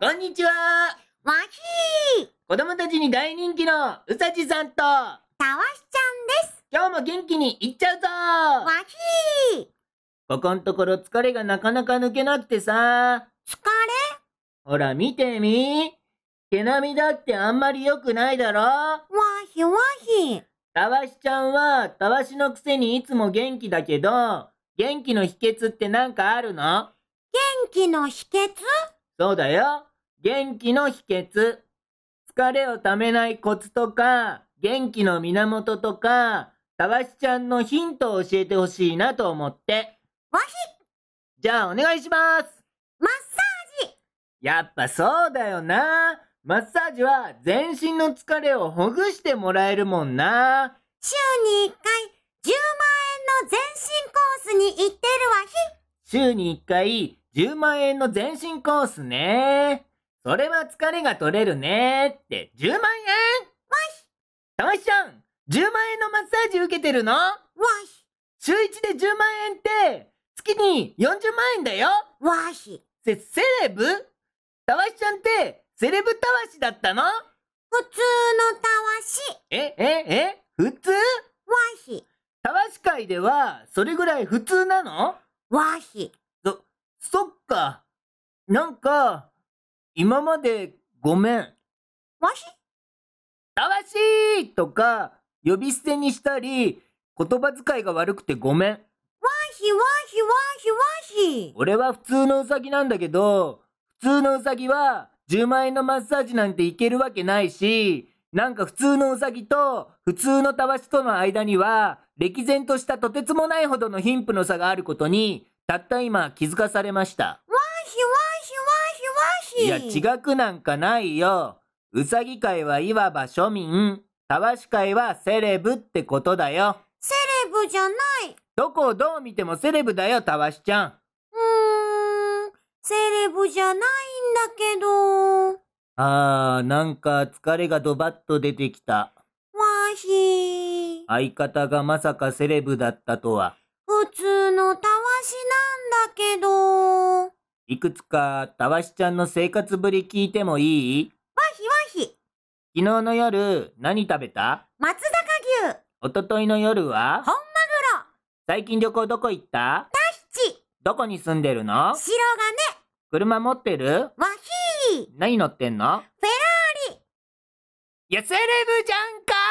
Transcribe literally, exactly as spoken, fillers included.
こんにちは。 わひー。 子供たちに大人気のうさじさんと、たわたわしちゃんです。 今日も元気にいっちゃうぞ。 わひー。 ここんところ疲れがなかなか抜けなくてさ。 疲れ？ ほら見てみ。毛並みだってあんまり良くないだろ。 わひわひ。 たわしちゃんはたわしのくせにいつも元気だけど、元気の秘訣ってなんかあるの？ 元気の秘訣？ そうだよ。元気の秘訣。疲れをためないコツとか、元気の源とか、たわしちゃんのヒントを教えてほしいなと思って。 わひ。 じゃあお願いします。 マッサージ。 やっぱそうだよな。マッサージは全身の疲れをほぐしてもらえるもんな。 週にいっかいじゅうまんえんの全身コースに行ってるわひ。 週にいっかいじゅうまんえんの全身コースね。それは疲れが取れるねって。じゅうまんえん？わひ。 たわしちゃん、じゅうまんえんのマッサージ受けてるの？ わひ。 週いちでじゅうまんえんって月によんじゅうまんえんだよ。 わひ。 せ、セレブ？たわしちゃんってセレブたわしだったの？ 普通のたわし。 え、え、え、普通？ わひ。 たわし界ではそれぐらい普通なの？ わひ。 そ、そっか。なんか、今までごめん。 わひ。 たわしーとか呼び捨てにしたり、言葉遣いが悪くてごめん。 わひわひわひわひ。 俺は普通のうさぎなんだけど、普通のうさぎはじゅうまんえんのマッサージなんていけるわけないし、なんか普通のうさぎと普通のたわしとの間には、歴然としたとてつもないほどの貧富の差があることに、たった今気づかされました。 わひわひわひわひ。 いや、違くなんかないよ。うさぎ界はいわば庶民、たわし界はセレブってことだよ。 セレブじゃない。 どこをどう見てもセレブだよ、たわしちゃん。 うーん、セレブじゃないんだけど。 あー、なんか疲れがドバッと出てきた。 わひ。 相方がまさかセレブだったとは。 普通のたわしなんだけど。 いくつかたわしちゃんの生活ぶり聞いてもいい？ わひわひ。 昨日の夜何食べた？ 松阪牛。 おとといの夜は？ 本マグロ。 最近旅行どこ行った？ タヒチ。 どこに住んでるの？ 白金。 車持ってる？ わひー。 何乗ってんの？ フェラーリ。 いや、セレブじゃんか